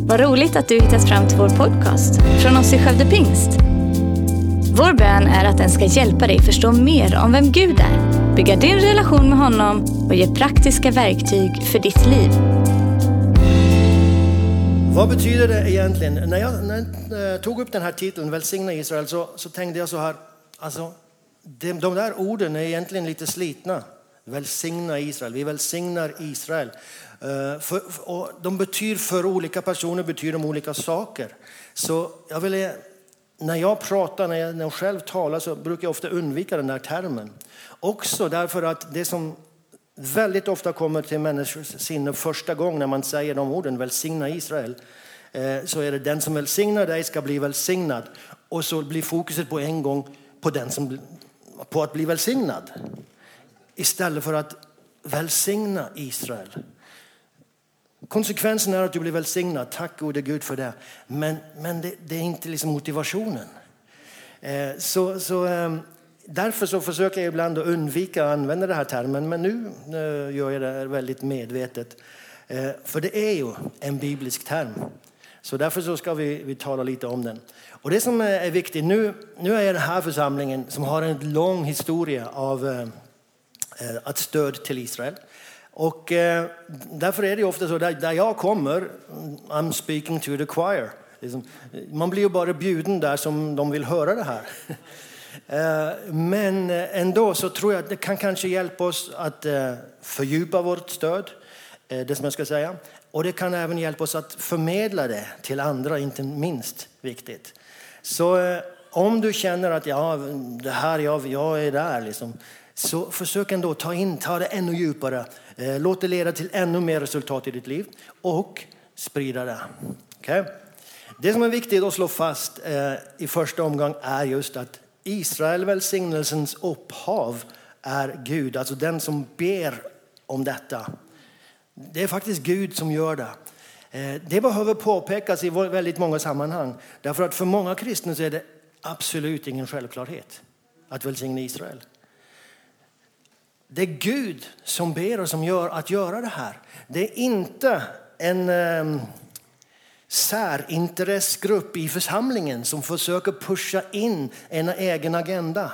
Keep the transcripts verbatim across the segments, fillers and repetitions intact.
Vad roligt att du hittat fram till vår podcast från oss i Skövde Pingst. Vår bön är att den ska hjälpa dig förstå mer om vem Gud är, bygga din relation med honom och ge praktiska verktyg för ditt liv. Vad betyder det egentligen? När jag, när jag tog upp den här titeln, Välsigna Israel, så, så tänkte jag så här, alltså, de, de där orden är egentligen lite slitna. Välsigna Israel, vi välsignar Israel. Uh, för, och de betyder för olika personer betyder de olika saker. Så jag vill, när jag pratar, när jag, när jag själv talar, så brukar jag ofta undvika den där termen. Också därför att det som väldigt ofta kommer till människors sinne första gången när man säger de orden, välsigna Israel, uh, så är det den som välsignar dig ska bli välsignad. Och så blir fokuset på en gång på den som på att bli välsignad. Istället för att välsigna Israel. Konsekvensen är att du blir välsignad. Tack gode Gud för det. Men, men det, det är inte liksom motivationen. Eh, så, så, eh, därför så försöker jag ibland att undvika att använda den här termen. Men nu eh, gör jag det väldigt medvetet. Eh, för det är ju en biblisk term. Så därför så ska vi, vi tala lite om den. Och det som är viktigt, nu, nu är den här församlingen som har en lång historia av eh, att stöd till Israel. Och eh, därför är det ofta så, där, där jag kommer, I'm speaking to the choir. Liksom, man blir ju bara bjuden där som de vill höra det här. eh, men ändå så tror jag att det kan kanske hjälpa oss att eh, fördjupa vårt stöd, eh, det som jag ska säga. Och det kan även hjälpa oss att förmedla det till andra, inte minst viktigt. Så eh, om du känner att ja, det här, jag, jag är där liksom. Så försök ändå ta in, ta det ännu djupare. Eh, låt det leda till ännu mer resultat i ditt liv. Och sprida det. Okay? Det som är viktigt att slå fast eh, i första omgång är just att Israel välsignelsens upphav är Gud. Alltså den som ber om detta. Det är faktiskt Gud som gör det. Eh, det behöver påpekas i väldigt många sammanhang. Därför att för många kristna så är det absolut ingen självklarhet att välsigna Israel. Det är Gud som ber och som gör att göra det här. Det är inte en eh, särintressgrupp i församlingen som försöker pusha in en egen agenda.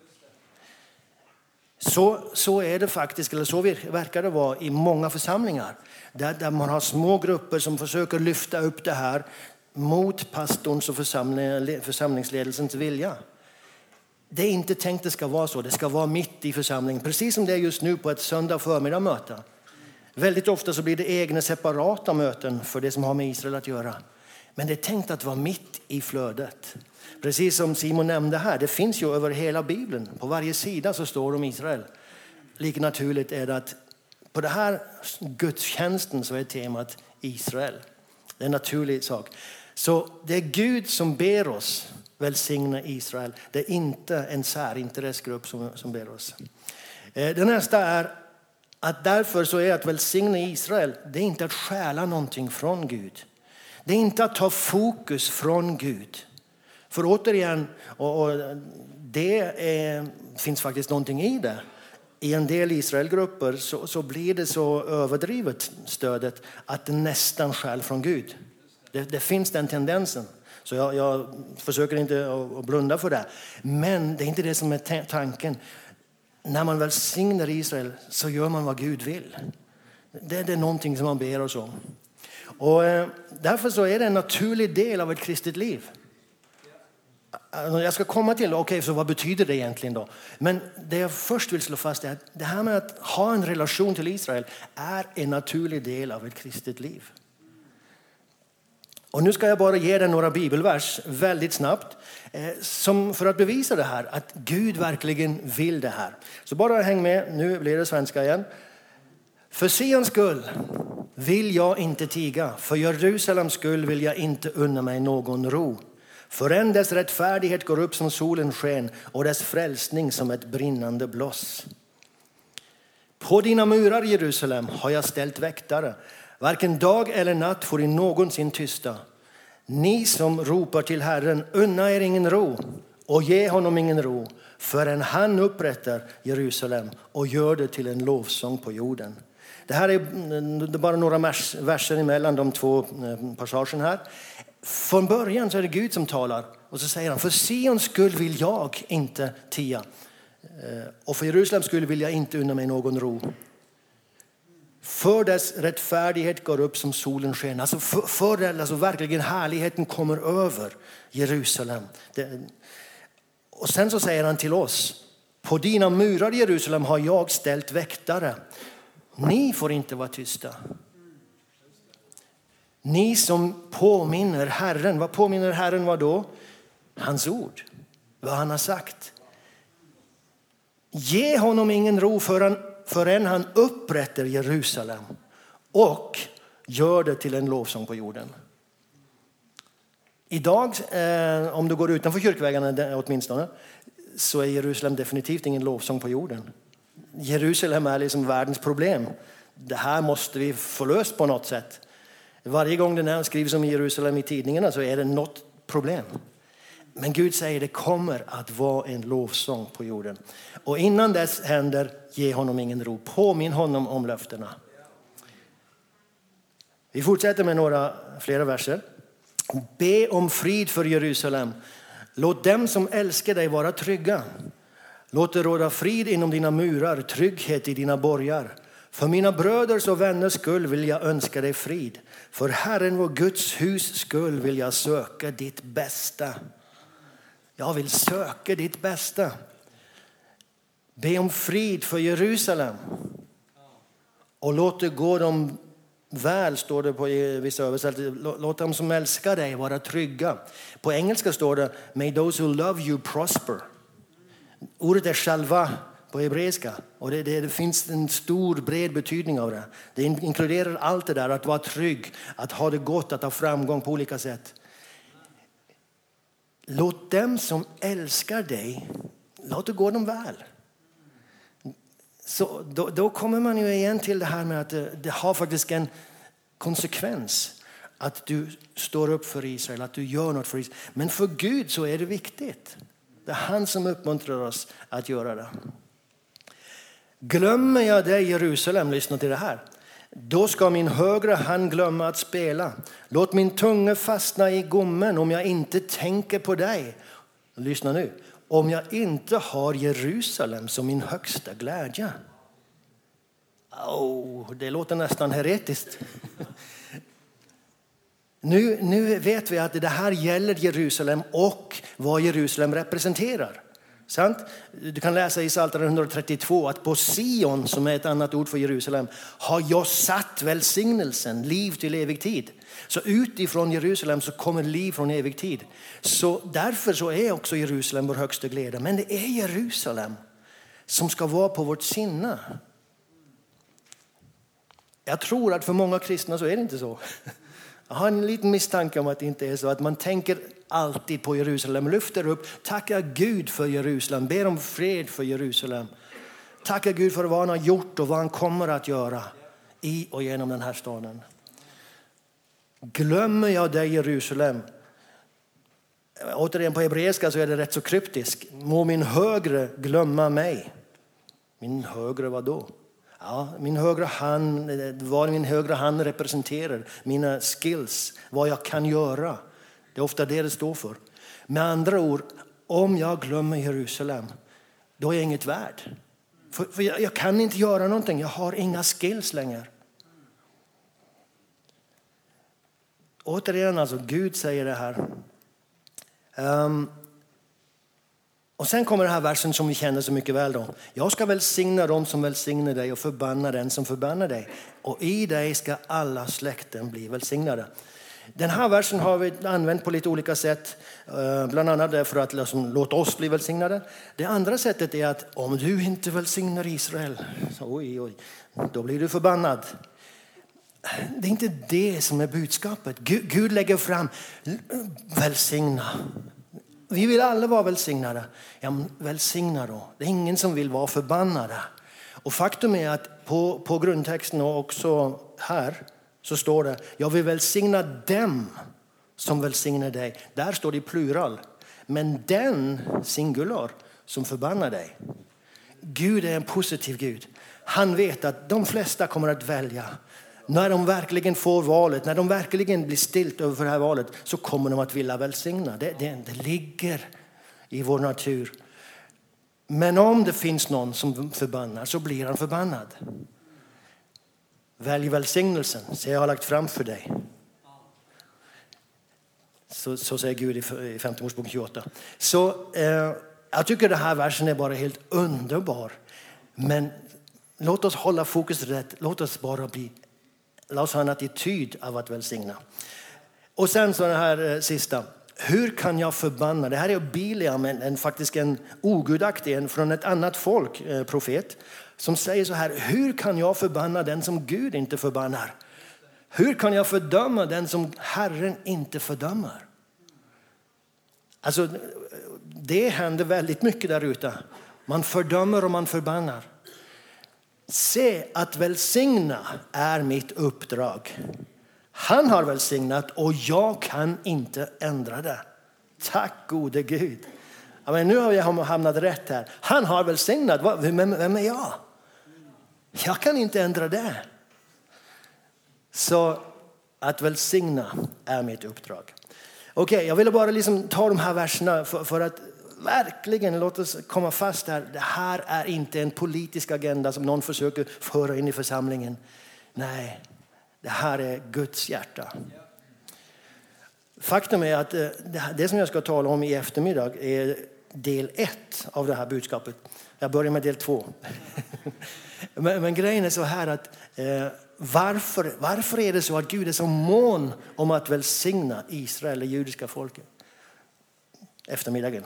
Så, så är det faktiskt, eller så verkar det vara i många församlingar. Där, där man har små grupper som försöker lyfta upp det här mot pastorns och församling, församlingsledelsens vilja. Det är inte tänkt att det ska vara så. Det ska vara mitt i församlingen. Precis som det är just nu på ett söndag förmiddag möte. Väldigt ofta så blir det egna separata möten för det som har med Israel att göra. Men det är tänkt att vara mitt i flödet. Precis som Simon nämnde här. Det finns ju över hela Bibeln. På varje sida så står det om Israel. Lika naturligt är det att på den här gudstjänsten så är temat Israel. Det är en naturlig sak. Så det är Gud som ber oss välsigna Israel. Det är inte en särintressgrupp som, som ber oss. Eh, det nästa är att därför så är att välsigna Israel, det är inte att stjäla någonting från Gud. Det är inte att ta fokus från Gud. För återigen, och, och det är, finns faktiskt någonting i det. I en del Israelgrupper så, så blir det så överdrivet stödet att det nästan stjäl från Gud. Det, det finns den tendensen. Så jag, jag försöker inte att blunda för det. Men det är inte det som är tanken. När man välsignar Israel så gör man vad Gud vill. Det, det är någonting som man ber oss om. Och eh, därför så är det en naturlig del av ett kristet liv. Jag ska komma till, okej, okay, så vad betyder det egentligen då? Men det jag först vill slå fast är att det här med att ha en relation till Israel är en naturlig del av ett kristet liv. Och nu ska jag bara ge dig några bibelvers väldigt snabbt. Eh, som för att bevisa det här. Att Gud verkligen vill det här. Så bara häng med. Nu blir det svenska igen. För Sions skull vill jag inte tiga. För Jerusalems skull vill jag inte unna mig någon ro. Förrän dess rättfärdighet går upp som solen sken. Och dess frälsning som ett brinnande bloss. På dina murar, Jerusalem, har jag ställt väktare. Varken dag eller natt får ni någonsin tysta. Ni som ropar till Herren, unna er ingen ro och ge honom ingen ro. Förrän han upprättar Jerusalem och gör det till en lovsång på jorden. Det här är bara några verser emellan de två passagerna här. Från början så är det Gud som talar. Och så säger han, för Sions skull vill jag inte tia. Och för Jerusalems skull vill jag inte unna mig någon ro. För dess rättfärdighet går upp som solen sken. Alltså för, för det, alltså verkligen härligheten kommer över Jerusalem. Det, och sen så säger han till oss, på dina murar Jerusalem har jag ställt väktare. Ni får inte vara tysta. Ni som påminner Herren. Vad påminner Herren vad då? Hans ord. Vad han har sagt. Ge honom ingen ro förrän, förrän han upprättar Jerusalem. Och gör det till en lovsång på jorden. Idag, eh, om du går utanför kyrkvägarna åtminstone, så är Jerusalem definitivt ingen lovsång på jorden. Jerusalem är liksom världens problem. Det här måste vi få löst på något sätt. Varje gång det skrivs om Jerusalem i tidningarna så är det något problem. Men Gud säger det kommer att vara en lovsång på jorden. Och innan dess händer, ge honom ingen ro. Påminn honom om löftena. Vi fortsätter med några flera verser. Be om frid för Jerusalem. Låt dem som älskar dig vara trygga. Låt det råda frid inom dina murar, trygghet i dina borgar. För mina bröders och vänners skull vill jag önska dig frid. För Herren och Guds hus skull vill jag söka ditt bästa. Jag vill söka ditt bästa. Be om frid för Jerusalem. Och låt det gå dem väl, står det på vissa översättningar. Låt dem som älskar dig vara trygga. På engelska står det, may those who love you prosper. Ordet är shalva på hebreiska. Och det, det, det finns en stor bred betydning av det. Det inkluderar allt det där, att vara trygg, att ha det gott, att ha framgång på olika sätt. Låt dem som älskar dig, låt det gå dem väl. Så då, då kommer man ju igen till det här med att det, det har faktiskt en konsekvens. Att du står upp för Israel, att du gör något för Israel. Men för Gud så är det viktigt. Det är han som uppmuntrar oss att göra det. Glömmer jag dig Jerusalem, lyssna till det här. Då ska min högra hand glömma att spela. Låt min tunga fastna i gommen om jag inte tänker på dig. Lyssna nu. Om jag inte har Jerusalem som min högsta glädje. Oh, det låter nästan heretiskt. Nu, nu vet vi att det här gäller Jerusalem och vad Jerusalem representerar. Sant? Du kan läsa i Psaltaren etthundratrettiotvå att på Sion, som är ett annat ord för Jerusalem, har jag satt välsignelsen, liv till evig tid. Så utifrån Jerusalem så kommer liv från evig tid. Så därför så är också Jerusalem vår högsta glädje. Men det är Jerusalem som ska vara på vårt sinne. Jag tror att för många kristna så är det inte så. Jag har en liten misstanke om att det inte är så. Att man tänker alltid på Jerusalem. Lyfter upp, tackar Gud för Jerusalem. Ber om fred för Jerusalem. Tackar Gud för vad han har gjort och vad han kommer att göra i och genom den här staden. Glömmer jag dig Jerusalem? Återigen på hebreiska så är det rätt så kryptisk. Må min högre glömma mig. Min högre vad då? Ja, min högra hand, vad min högra hand representerar, mina skills, vad jag kan göra. Det är ofta det det står för. Med andra ord, om jag glömmer Jerusalem, då är jag inget värd. För, för jag, jag kan inte göra någonting, jag har inga skills längre. Återigen, alltså Gud säger det här. Um, Och sen kommer den här versen som vi känner så mycket väl då. Jag ska välsigna dem som välsignar dig och förbanna den som förbannar dig. Och i dig ska alla släkten bli välsignade. Den här versen har vi använt på lite olika sätt. Bland annat för att liksom, låta oss bli välsignade. Det andra sättet är att om du inte välsignar Israel, så, oj, oj, då blir du förbannad. Det är inte det som är budskapet. Gud, Gud lägger fram, välsigna. Vi vill alla vara välsignade. Ja, välsigna då. Det är ingen som vill vara förbannade. Och faktum är att på, på grundtexten och också här så står det, jag vill välsigna dem som välsignar dig. Där står det i plural. Men den singular som förbannar dig. Gud är en positiv Gud. Han vet att de flesta kommer att välja. När de verkligen får valet, när de verkligen blir stilt över det här valet, så kommer de att vilja välsigna. Det, det, det ligger i vår natur. Men om det finns någon som förbannar, så blir han förbannad. Välj välsignelsen, så jag har lagt fram för dig. Så, så säger Gud i femte Mosebok tjugoåtta. Så eh, jag tycker den här versen är bara helt underbar. Men låt oss hålla fokus rätt. Låt oss bara bli, låt oss ha en attityd av att välsigna. Och sen så den här eh, sista. Hur kan jag förbanna? Det här är Biliam, en, en, faktiskt en ogudaktig, en från ett annat folk, eh, profet. Som säger så här, hur kan jag förbanna den som Gud inte förbannar? Hur kan jag fördöma den som Herren inte fördömer? Alltså, det händer väldigt mycket där ute. Man fördömer och man förbannar. Se att välsigna är mitt uppdrag. Han har välsignat och jag kan inte ändra det. Tack gode Gud. Ja, men nu har jag hamnat rätt här. Han har välsignat. Vem, vem är jag? Jag kan inte ändra det. Så att välsigna är mitt uppdrag. Okej, okay, jag ville bara liksom ta de här verserna för, för att verkligen låta oss komma fast här. Det här är inte en politisk agenda som någon försöker föra in i församlingen. Nej, det här är Guds hjärta. Faktum är att det som jag ska tala om i eftermiddag är del ett av det här budskapet. Jag börjar med del två. men, men grejen är så här att eh, varför, varför är det så att Gud är så mån om att välsigna Israel, det judiska folket? Eftermiddagen.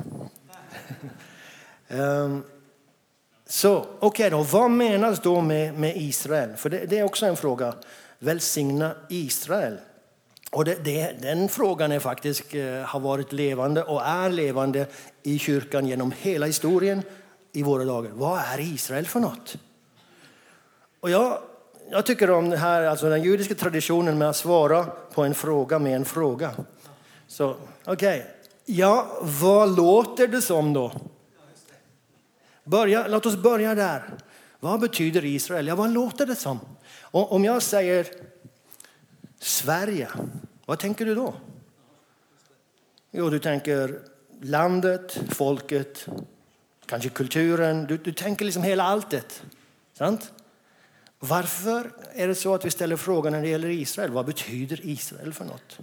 um, så okej okay då, vad menas då med, med Israel? För det, det är också en fråga. Välsigna Israel. Och det, det, den frågan är faktiskt, eh, har varit levande och är levande i kyrkan genom hela historien i våra dagar. Vad är Israel för något? Och jag, jag tycker om det här, alltså den judiska traditionen med att svara på en fråga med en fråga. Så okej, okay. Ja, vad låter det som då? Börja, låt oss börja där. Vad betyder Israel? Ja, vad låter det som? Och om jag säger Sverige, vad tänker du då? Jo, du tänker landet, folket, kanske kulturen. Du, du tänker liksom hela alltet. Sant? Varför är det så att vi ställer frågan när det gäller Israel? Vad betyder Israel för något?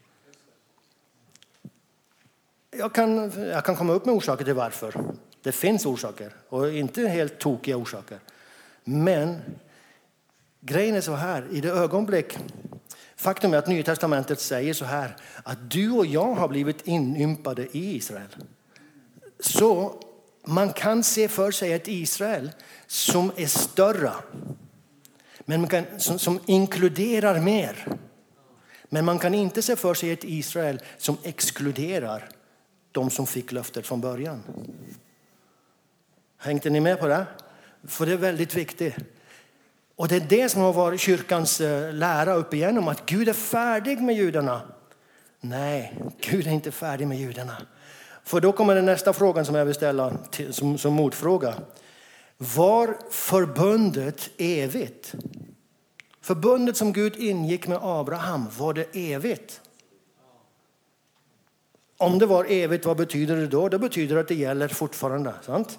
Jag kan, jag kan komma upp med orsaker till varför. Det finns orsaker och inte helt tokiga orsaker. Men grejen är så här, i det ögonblick, faktum är att Nya testamentet säger så här, att du och jag har blivit inympade i Israel. Så man kan se för sig ett Israel som är större, men man kan, som, som inkluderar mer. Men man kan inte se för sig ett Israel som exkluderar de som fick löftet från början. Hängde ni med på det? För det är väldigt viktigt. Och det är det som har varit kyrkans lära upp igenom, att Gud är färdig med judarna. Nej, Gud är inte färdig med judarna. För då kommer den nästa frågan som jag vill ställa till, som, som motfråga. Var förbundet evigt? Förbundet som Gud ingick med Abraham, var det evigt? Om det var evigt, vad betyder det då? Det betyder att det gäller fortfarande, sant?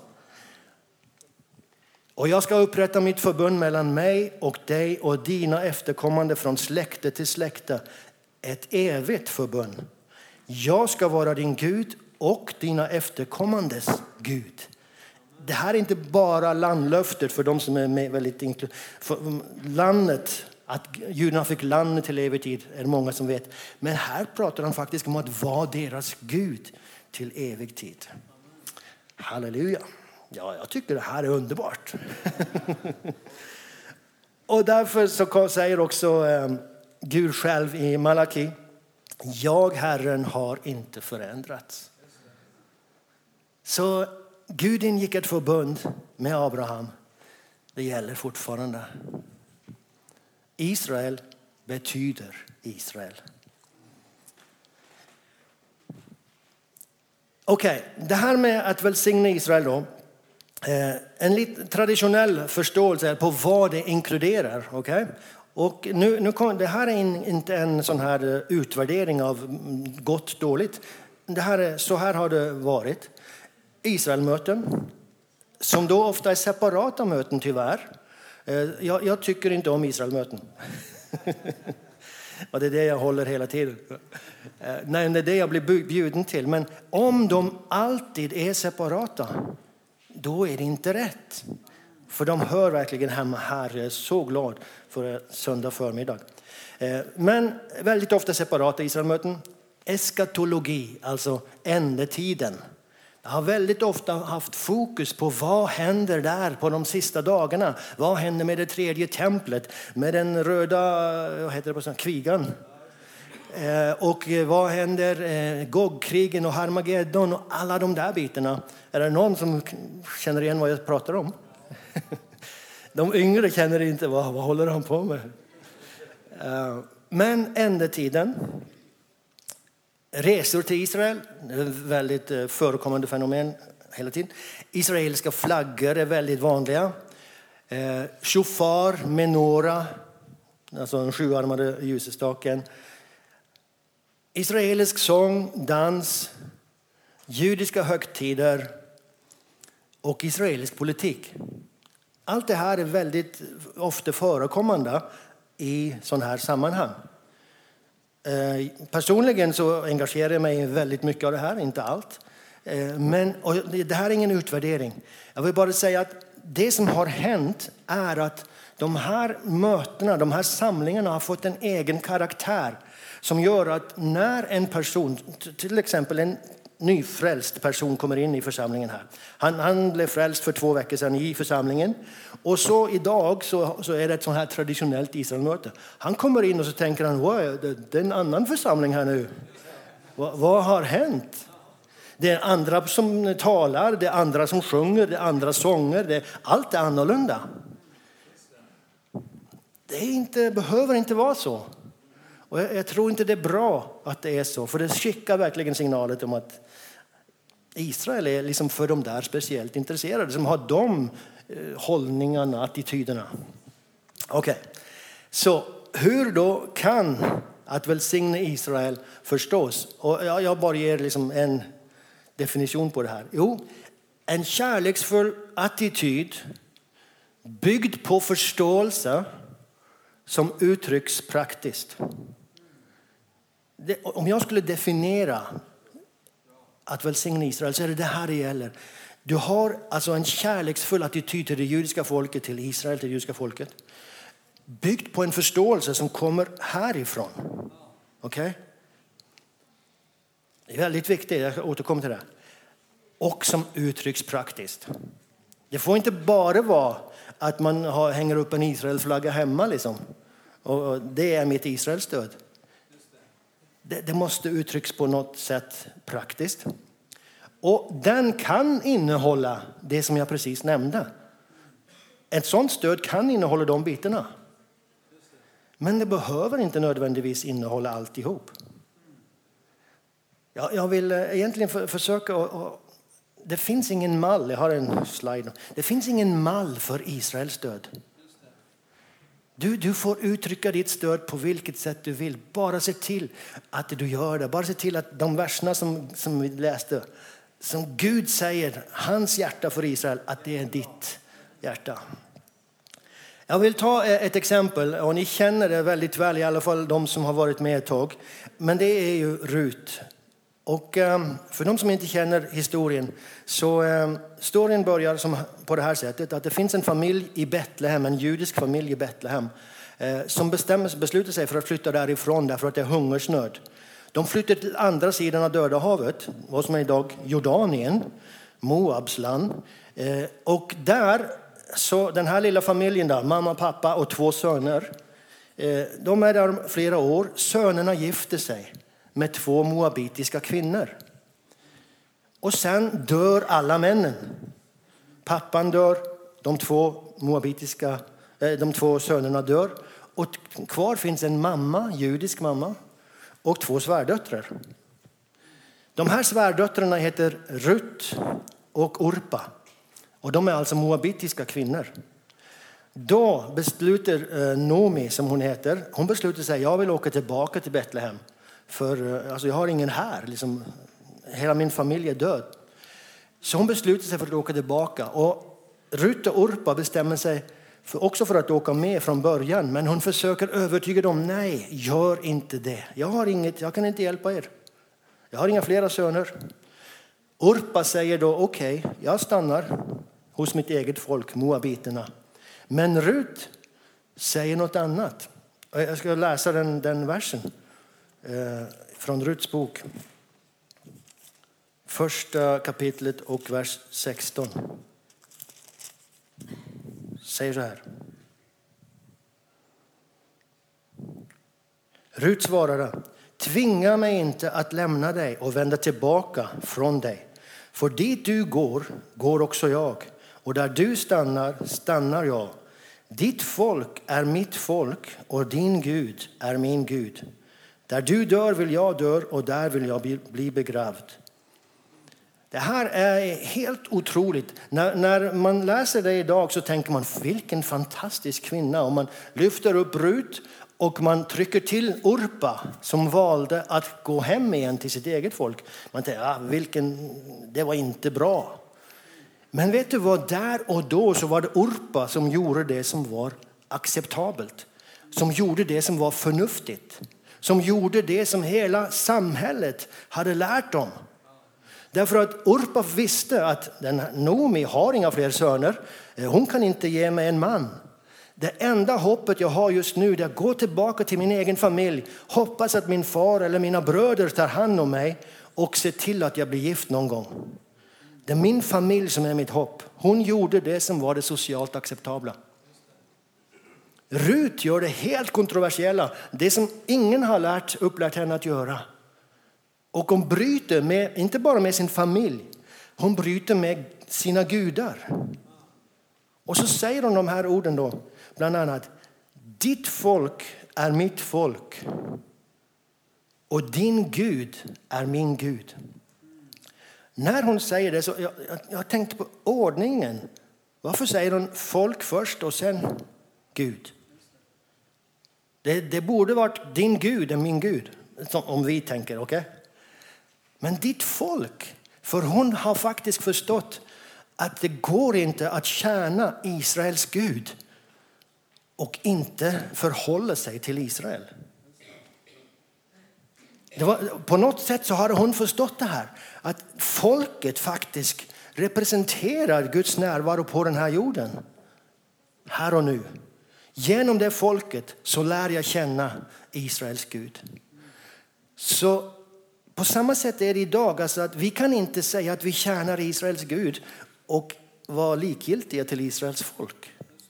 Och jag ska upprätta mitt förbund mellan mig och dig och dina efterkommande från släkte till släkte. Ett evigt förbund. Jag ska vara din Gud och dina efterkommandes Gud. Det här är inte bara landlöftet för de som är med väldigt inkl- för landet, att judarna fick landet till evig tid är många som vet. Men här pratar han faktiskt om att vara deras Gud till evig tid. Halleluja. Ja, jag tycker det här är underbart. Och därför så säger också eh, Gud själv i Malaki, jag Herren har inte förändrats. Så Gud ingick ett förbund med Abraham. Det gäller fortfarande. Israel betyder Israel. Okej, okay, det här med att välsigna Israel då. En lite traditionell förståelse på vad det inkluderar. Okay? Och nu, nu kom, det här är in, inte en sån här utvärdering av gott dåligt. Det här är, så här har det varit. Israelmöten, som då ofta är separata möten tyvärr. Jag, jag tycker inte om Israelmöten. Och det är det jag håller hela tiden. Nej, det är det jag blir bjuden till. Men om de alltid är separata, då är det inte rätt. För de hör verkligen hemma här. Jag är så glad för söndag förmiddag. Men väldigt ofta separata Israelmöten. Eskatologi, alltså ändetiden. Jag har väldigt ofta haft fokus på vad händer där på de sista dagarna. Vad händer med det tredje templet? Med den röda, vad heter det på sån, krigan? Eh, och vad händer eh, Gogkrigen och Harmageddon och alla de där bitarna? Är det någon som känner igen vad jag pratar om? De yngre känner inte, vad, vad håller han på med? Eh, men ändetiden. Resor till Israel, väldigt förekommande fenomen hela tiden. Israeliska flaggor är väldigt vanliga. Eh, shofar, menora, alltså den sjuarmade ljusestaken. Israelisk sång, dans, judiska högtider och israelisk politik. Allt det här är väldigt ofta förekommande i sådana här sammanhang. Personligen så engagerar jag mig väldigt mycket av det här, inte allt. Men och det här är ingen utvärdering. Jag vill bara säga att det som har hänt är att de här mötena, de här samlingarna har fått en egen karaktär som gör att när en person, till exempel en nyfrälst person kommer in i församlingen här. Han, han blev frälst för två veckor sedan i församlingen. Och så idag så, så är det ett sånt här traditionellt Israelmöte. Han kommer in och så tänker han, wow, det, det är en annan församling här nu. Vad, vad har hänt? Det är andra som talar, det är andra som sjunger, det är andra sånger. Det, allt är annorlunda. Det är inte, behöver inte vara så. Och jag, jag tror inte det är bra att det är så. För det skickar verkligen signalet om att Israel är liksom för de där speciellt intresserade. Som har de eh, hållningarna, attityderna. Okej, okay. Så hur då kan att välsigna Israel förstås? Och jag, jag bara ger liksom en definition på det här. Jo, en kärleksfull attityd byggd på förståelse som uttrycks praktiskt. Det, om jag skulle definiera att välsigna Israel så är det det här det gäller. Du har alltså en kärleksfull attityd till det judiska folket, till Israel, till det judiska folket. Byggt på en förståelse som kommer härifrån. Okej? Okay? Det är väldigt viktigt, jag återkommer till det. Och som uttrycks praktiskt. Det får inte bara vara att man har, hänger upp en Israelflagga hemma liksom. Och det är mitt Israelstöd. Det, det måste uttryckas på något sätt praktiskt. Och den kan innehålla det som jag precis nämnde. Ett sånt stöd kan innehålla de bitarna. Men det behöver inte nödvändigtvis innehålla alltihop. Jag, jag vill egentligen för, försöka... Och, och, det finns ingen mall, jag har en slide. Det finns ingen mall för Israels stöd. Du, du får uttrycka ditt stöd på vilket sätt du vill. Bara se till att du gör det. Bara se till att de verserna som, som vi läste, som Gud säger, hans hjärta för Israel, att det är ditt hjärta. Jag vill ta ett exempel, och ni känner det väldigt väl, i alla fall de som har varit med ett tag. Men det är ju Rut. Och för de som inte känner historien, så storyn börjar som på det här sättet, att det finns en familj i Betlehem, en judisk familj i Betlehem, som bestämmer, beslutar sig för att flytta därifrån därför att det är hungersnöd. De flyttar till andra sidan av Döda havet, vad som är idag Jordanien, Moabs land. Och där, så den här lilla familjen där, mamma, pappa och två söner, de är där flera år. Sönerna gifter sig med två moabitiska kvinnor. Och sen dör alla männen. Pappan dör, de två moabitiska, de två sönerna dör. Och kvar finns en mamma, judisk mamma, och två svärdöttrar. De här svärdöttrarna heter Rut och Orpa. Och de är alltså moabitiska kvinnor. Då beslutar eh, Nomi, som hon heter, hon beslutar sig, jag vill åka tillbaka till Betlehem. För eh, alltså, jag har ingen här, liksom, hela min familj är död. Så hon beslutar sig för att åka tillbaka. Och Rut och Orpa bestämmer sig för, också för att åka med från början. Men hon försöker övertyga dem, nej, gör inte det. Jag har inget, jag kan inte hjälpa er. Jag har inga flera söner. Orpa säger då, okej, okay, jag stannar hos mitt eget folk, moabiterna. Men Rut säger något annat. Jag ska läsa den, den versen eh, från Ruts bok. Första kapitlet och vers sexton. Säger så här. Rut svarade, tvinga mig inte att lämna dig och vända tillbaka från dig. För dit du går, går också jag. Och där du stannar, stannar jag. Ditt folk är mitt folk och din Gud är min Gud. Där du dör vill jag dö och där vill jag bli begravd. Det här är helt otroligt. När, när man läser det idag så tänker man, vilken fantastisk kvinna. Och man lyfter upp Rut och man trycker till Orpa som valde att gå hem igen till sitt eget folk. Man tänker, ah, vilken, det var inte bra. Men vet du vad, där och då så var det Orpa som gjorde det som var acceptabelt. Som gjorde det som var förnuftigt. Som gjorde det som hela samhället hade lärt dem. Därför att Orpa visste att den Nomi har inga fler söner. Hon kan inte ge mig en man. Det enda hoppet jag har just nu är att gå tillbaka till min egen familj. Hoppas att min far eller mina bröder tar hand om mig och ser till att jag blir gift någon gång. Det är min familj som är mitt hopp. Hon gjorde det som var det socialt acceptabla. Rut gör det helt kontroversiella. Det som ingen har lärt, upplärt henne att göra. Och hon bryter med, inte bara med sin familj. Hon bryter med sina gudar. Och så säger hon de här orden då. Bland annat. Ditt folk är mitt folk. Och din Gud är min Gud. När hon säger det så jag, jag, jag tänkte på ordningen. Varför säger hon folk först och sen Gud? Det, det borde varit din Gud är min Gud. Om vi tänker, okej? Okay? Men ditt folk, för hon har faktiskt förstått att det går inte att tjäna Israels Gud och inte förhålla sig till Israel. Det var, på något sätt så har hon förstått det här. Att folket faktiskt representerar Guds närvaro på den här jorden. Här och nu. Genom det folket så lär jag känna Israels Gud. Så på samma sätt är det idag. Alltså att vi kan inte säga att vi tjänar Israels Gud och vara likgiltiga till Israels folk.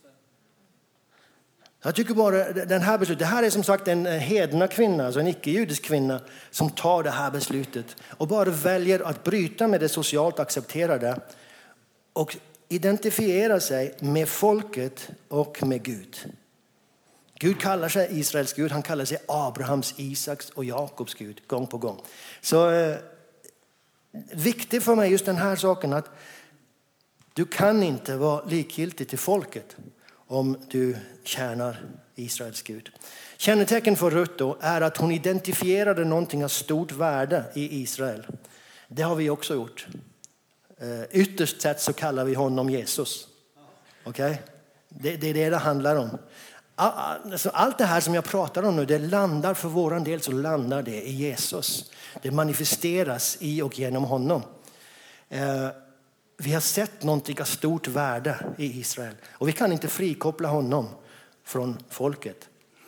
Jag tycker bara den här beslutet, det här är som sagt en hedna kvinna, alltså en icke-judisk kvinna som tar det här beslutet och bara väljer att bryta med det socialt accepterade och identifiera sig med folket och med Gud. Gud kallar sig Israels Gud, han kallar sig Abrahams, Isaks och Jakobs Gud gång på gång. Så eh, viktigt för mig just den här saken att du kan inte vara likgiltig till folket om du tjänar Israels Gud. Kännetecken för Rut då är att hon identifierade någonting av stort värde i Israel. Det har vi också gjort. Ytterst sett så kallar vi honom Jesus. Okej? Okay? Det, det är det det handlar om. Allt det här som jag pratar om nu, det landar för våran del så landar det i Jesus. Det manifesteras i och genom honom. Vi har sett någonting av stort värde i Israel. Och vi kan inte frikoppla honom från folket.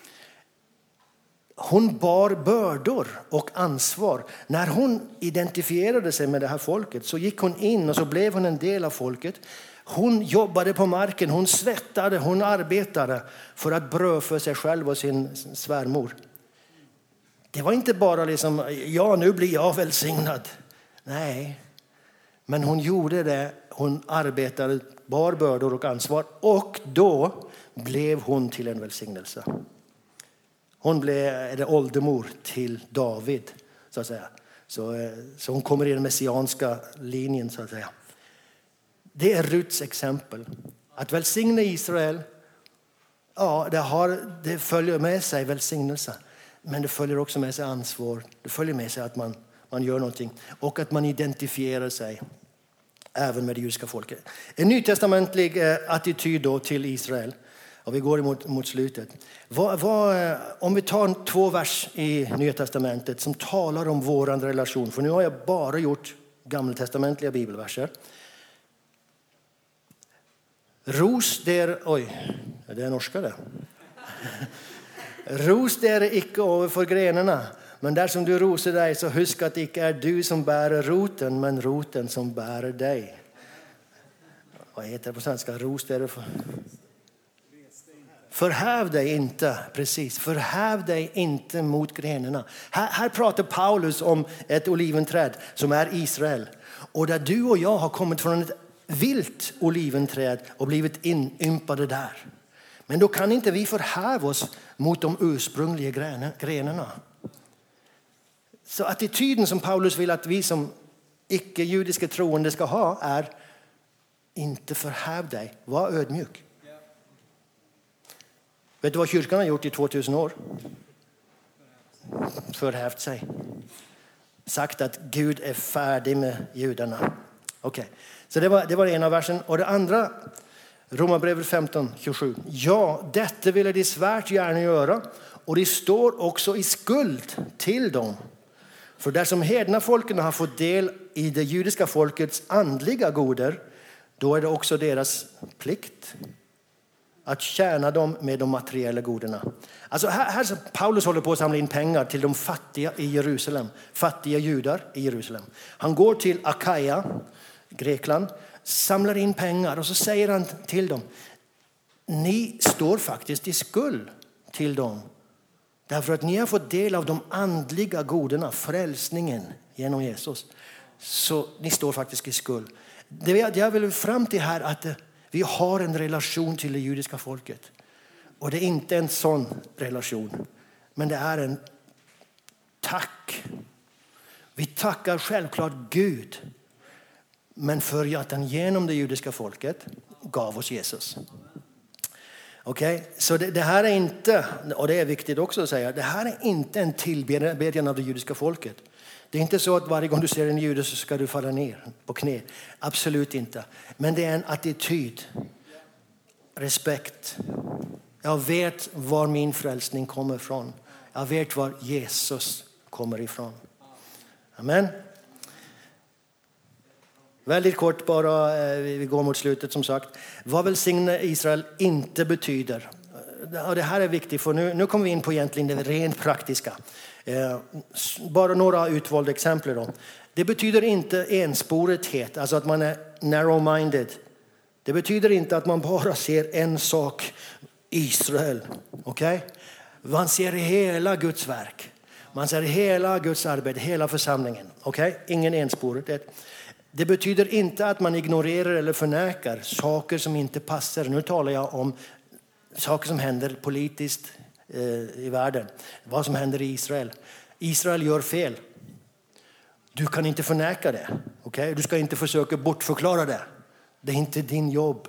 Hon bar bördor och ansvar. När hon identifierade sig med det här folket så gick hon in och så blev hon en del av folket. Hon jobbade på marken, hon svettade, hon arbetade för att brödföda sig själv och sin svärmor. Det var inte bara liksom, ja nu blir jag välsignad. Nej. Men hon gjorde det, hon arbetade, bar bördor och ansvar och då blev hon till en välsignelse. Hon blev det åldermor till David så att säga. Så, så hon kommer i den messianska linjen så att säga. Det är Ruts exempel. Att välsigna Israel, ja, det, har, det följer med sig välsignelse. Men det följer också med sig ansvar. Det följer med sig att man, man gör någonting. Och att man identifierar sig även med det judiska folket. En nytestamentlig attityd då till Israel. Och vi går emot, mot slutet. Vad, vad, om vi tar två vers i Nya testamentet som talar om vår relation. För nu har jag bara gjort gammaltestamentliga bibelverser. Ros der, oj, det är norska det. Ros der icke överför grenarna. Men där som du rosar dig så husk att det icke är du som bär roten, men roten som bär dig. Vad heter det på svenska? Ros der för... Förhäv dig inte, precis. Förhäv dig inte mot grenarna. Här, här pratar Paulus om ett oliventräd som är Israel. Och där du och jag har kommit från ett vilt oliventräd och blivit inympade där. Men då kan inte vi förhäva oss mot de ursprungliga grenarna. Så attityden som Paulus vill att vi som icke-judiska troende ska ha är inte förhäv dig, var ödmjuk. Vet du vad kyrkan har gjort i tvåtusen år? Förhävt sig. Sagt att Gud är färdig med judarna. Okej, okay. Så det var, det var ena versen. Och det andra, Romarbrevet femton tjugosju. Ja, detta ville de svärt gärna göra. Och de står också i skuld till dem. För där som hedna folken har fått del i det judiska folkets andliga goder, då är det också deras plikt att tjäna dem med de materiella goderna. Alltså här, här Paulus håller på att samla in pengar till de fattiga i Jerusalem. Fattiga judar i Jerusalem. Han går till Akaia, Grekland, samlar in pengar och så säger han till dem: ni står faktiskt i skuld till dem. Därför att ni har fått del av de andliga goderna, frälsningen genom Jesus. Så ni står faktiskt i skuld. Det jag vill fram till här att vi har en relation till det judiska folket. Och det är inte en sån relation. Men det är en tack. Vi tackar självklart Gud. Men för att han genom det judiska folket gav oss Jesus. Okej, okay? Så det, det här är inte, och det är viktigt också att säga, det här är inte en tillbedjan av det judiska folket. Det är inte så att varje gång du ser en jude så ska du falla ner på knä. Absolut inte. Men det är en attityd. Respekt. Jag vet var min frälsning kommer ifrån. Jag vet var Jesus kommer ifrån. Amen. Väldigt kort bara, vi går mot slutet som sagt. Vad välsigna Israel inte betyder. Och det här är viktigt för nu, nu kommer vi in på egentligen det rent praktiska. Eh, bara några utvalda exempel då. Det betyder inte ensporighet, alltså att man är narrow-minded. Det betyder inte att man bara ser en sak, Israel. Okej? Okay? Man ser hela Guds verk. Man ser hela Guds arbete, hela församlingen. Okej? Okay? Ingen ensporighet. Det betyder inte att man ignorerar eller förnekar saker som inte passar. Nu talar jag om saker som händer politiskt eh, i världen. Vad som händer i Israel. Israel gör fel. Du kan inte förneka det. Okay? Du ska inte försöka bortförklara det. Det är inte din jobb.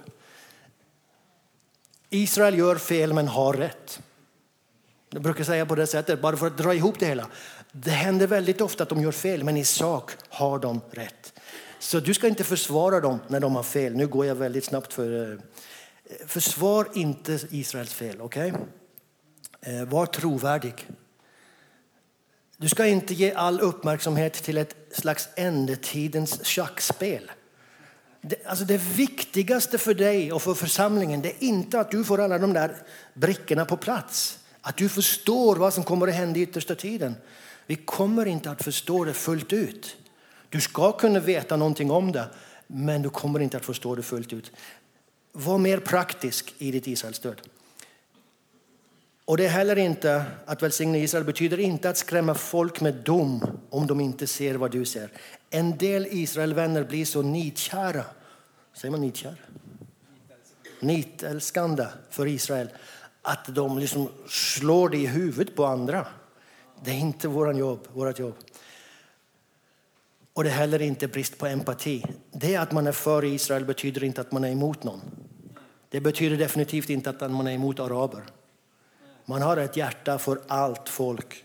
Israel gör fel men har rätt. Jag brukar säga på det sättet, bara för att dra ihop det hela. Det händer väldigt ofta att de gör fel, men i sak har de rätt. Så du ska inte försvara dem när de har fel. Nu går jag väldigt snabbt för... Försvar inte Israels fel, okej? Okay? Var trovärdig. Du ska inte ge all uppmärksamhet till ett slags ändetidens schackspel. Det, alltså det viktigaste för dig och för församlingen, det är inte att du får alla de där brickorna på plats. Att du förstår vad som kommer att hända i yttersta tiden. Vi kommer inte att förstå det fullt ut. Du ska kunna veta någonting om det, men du kommer inte att förstå det fullt ut. Var mer praktisk i ditt Israelstöd. Och det är heller inte att välsigna Israel betyder inte att skrämma folk med dom om de inte ser vad du ser. En del Israelvänner blir så nitkära. Säger man nitkära? Nitälskande för Israel. Att de liksom slår det i huvudet på andra. Det är inte våran jobb, vårat jobb. Och det är heller inte brist på empati. Det att man är för Israel betyder inte att man är emot någon. Det betyder definitivt inte att man är emot araber. Man har ett hjärta för allt folk.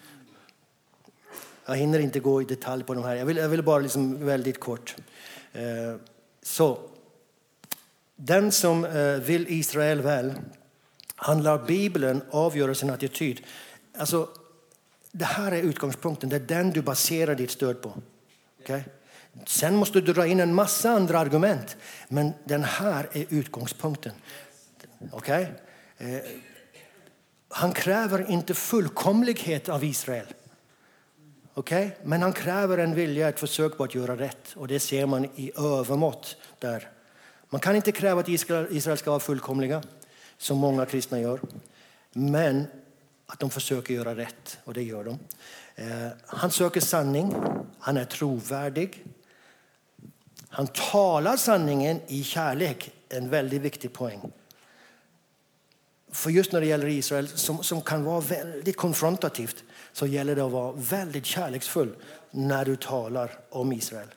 Jag hinner inte gå i detalj på de här. Jag vill, jag vill bara liksom väldigt kort. Eh, så, den som eh, vill Israel väl, handlar Bibeln avgöra sin attityd. Alltså, det här är utgångspunkten. Det är den du baserar ditt stöd på. Okay? Sen måste du dra in en massa andra argument. Men den här är utgångspunkten. Okay? Eh, han kräver inte fullkomlighet av Israel. Okay? Men han kräver en vilja, ett försök på att göra rätt. Och det ser man i övermått där. Man kan inte kräva att Israel, Israel ska vara fullkomliga, som många kristna gör. Men att de försöker göra rätt, och det gör de. Eh, han söker sanning, han är trovärdig. Han talar sanningen i kärlek, en väldigt viktig poäng. För just när det gäller Israel, som, som kan vara väldigt konfrontativt, så gäller det att vara väldigt kärleksfull när du talar om Israel.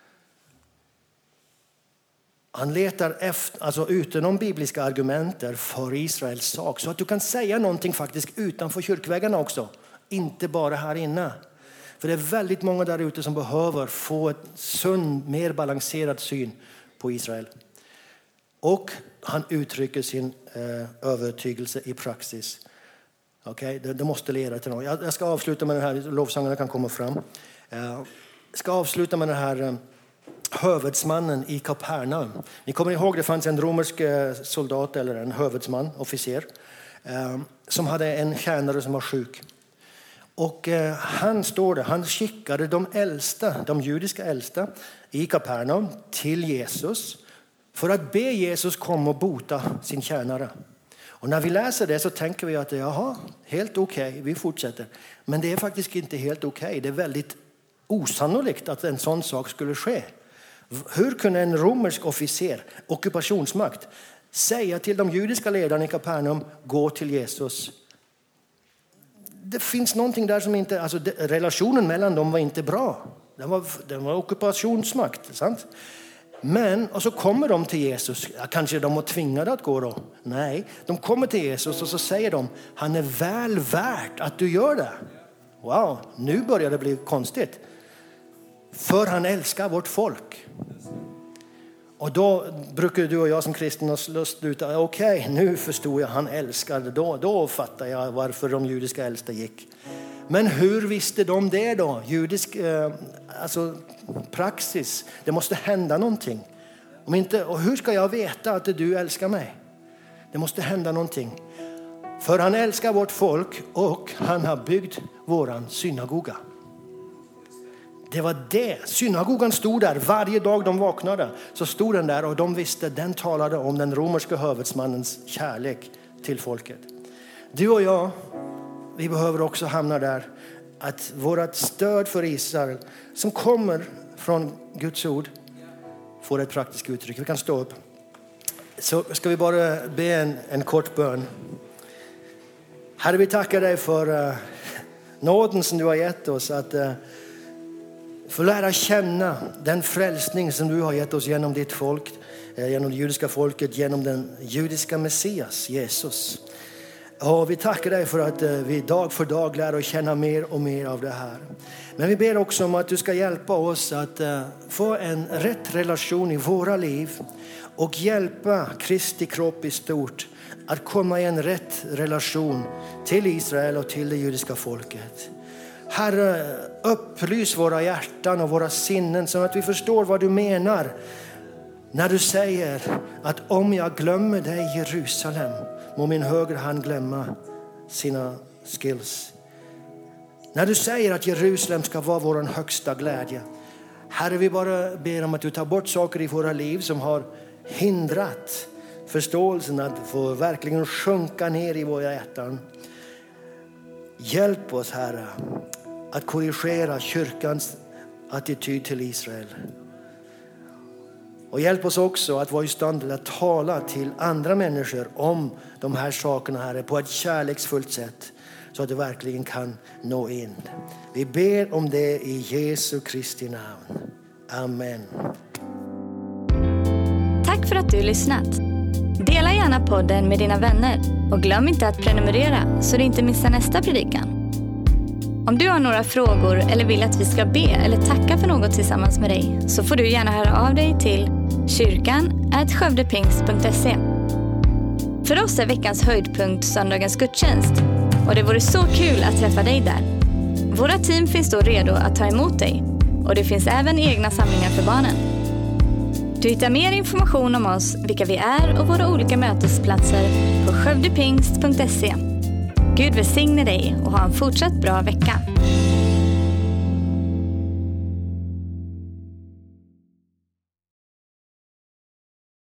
Han letar efter, alltså utenom bibliska argumenter för Israels sak, så att du kan säga någonting faktiskt utanför kyrkväggarna också, inte bara här inne. För det är väldigt många där ute som behöver få ett sund, mer balanserad syn på Israel. Och han uttrycker sin eh, övertygelse i praxis. Okay? Det, det måste leda till något. Jag, jag ska avsluta med den här, lovsångerna kan komma fram. Eh, jag ska avsluta med den här eh, hövdsmannen i Kapernaum. Ni kommer ihåg, det fanns en romersk eh, soldat eller en hövdsman, officer, eh, som hade en tjänare som var sjuk. Och eh, han står där, han skickade de äldsta, de judiska äldsta i Kapernaum till Jesus för att be Jesus komma och bota sin tjänare. Och när vi läser det så tänker vi att jaha, helt okej, okay, vi fortsätter. Men det är faktiskt inte helt okej. Okay. Det är väldigt osannolikt att en sån sak skulle ske. Hur kunde en romersk officer, ockupationsmakt, säga till de judiska ledarna i Kapernaum, gå till Jesus? Det finns någonting där som inte, alltså relationen mellan dem var inte bra. Den var, den var ockupationsmakt, sant? Men, och så kommer de till Jesus. Ja, kanske de var tvingade att gå då. Nej, de kommer till Jesus och så säger de, han är väl värt att du gör det. Wow, nu börjar det bli konstigt. För han älskar vårt folk. Och då brukar du och jag som kristen ha lust ut. Okej, okay, nu förstår jag, han älskar det. Då, då fattar jag varför de judiska äldsta gick. Men hur visste de det då? Judisk eh, alltså, praxis. Det måste hända någonting. Om inte, och hur ska jag veta att du älskar mig? Det måste hända någonting. För han älskar vårt folk och han har byggt våran synagoga. Det var det. Synagogan stod där varje dag de vaknade. Så stod den där och de visste, den talade om den romerska hövdsmannens kärlek till folket. Du och jag, vi behöver också hamna där. Att vårt stöd för Israel som kommer från Guds ord får ett praktiskt uttryck. Vi kan stå upp. Så ska vi bara be en, en kort bön. Herre, vi tackar dig för uh, nåden som du har gett oss. Att uh, få lära känna den frälsning som du har gett oss genom ditt folk. Uh, genom det judiska folket. Genom den judiska Messias, Jesus. Och vi tackar dig för att uh, vi dag för dag lär oss känna mer och mer av det här. Men vi ber också om att du ska hjälpa oss att uh, få en rätt relation i våra liv. Och hjälpa Kristi kropp i stort att komma i en rätt relation till Israel och till det judiska folket. Herre, upplys våra hjärtan och våra sinnen så att vi förstår vad du menar när du säger att om jag glömmer dig Jerusalem må min högra hand glömma sina skills. När du säger att Jerusalem ska vara vår högsta glädje. Herre, vi bara ber om att du tar bort saker i våra liv som har hindrat förståelsen att få verkligen sjunka ner i våra hjärtan. Hjälp oss, Herre, att korrigera kyrkans attityd till Israel. Och hjälp oss också att vara i stånd att tala till andra människor om de här sakerna, Herre, på ett kärleksfullt sätt. så att du verkligen kan nå in. Vi ber om det i Jesu Kristi namn. Amen. Tack för att du lyssnat. Dela gärna podden med dina vänner och glöm inte att prenumerera så du inte missar nästa predikan. Om du har några frågor eller vill att vi ska be eller tacka för något tillsammans med dig så får du gärna höra av dig till kyrkan at skövdepingst punkt se. För oss är veckans höjdpunkt söndagens gudstjänst och det vore så kul att träffa dig där. Våra team finns då redo att ta emot dig och det finns även egna samlingar för barnen. Du hittar mer information om oss, vilka vi är och våra olika mötesplatser på skövdepingst punkt se. Gud välsigne dig och ha en fortsatt bra vecka.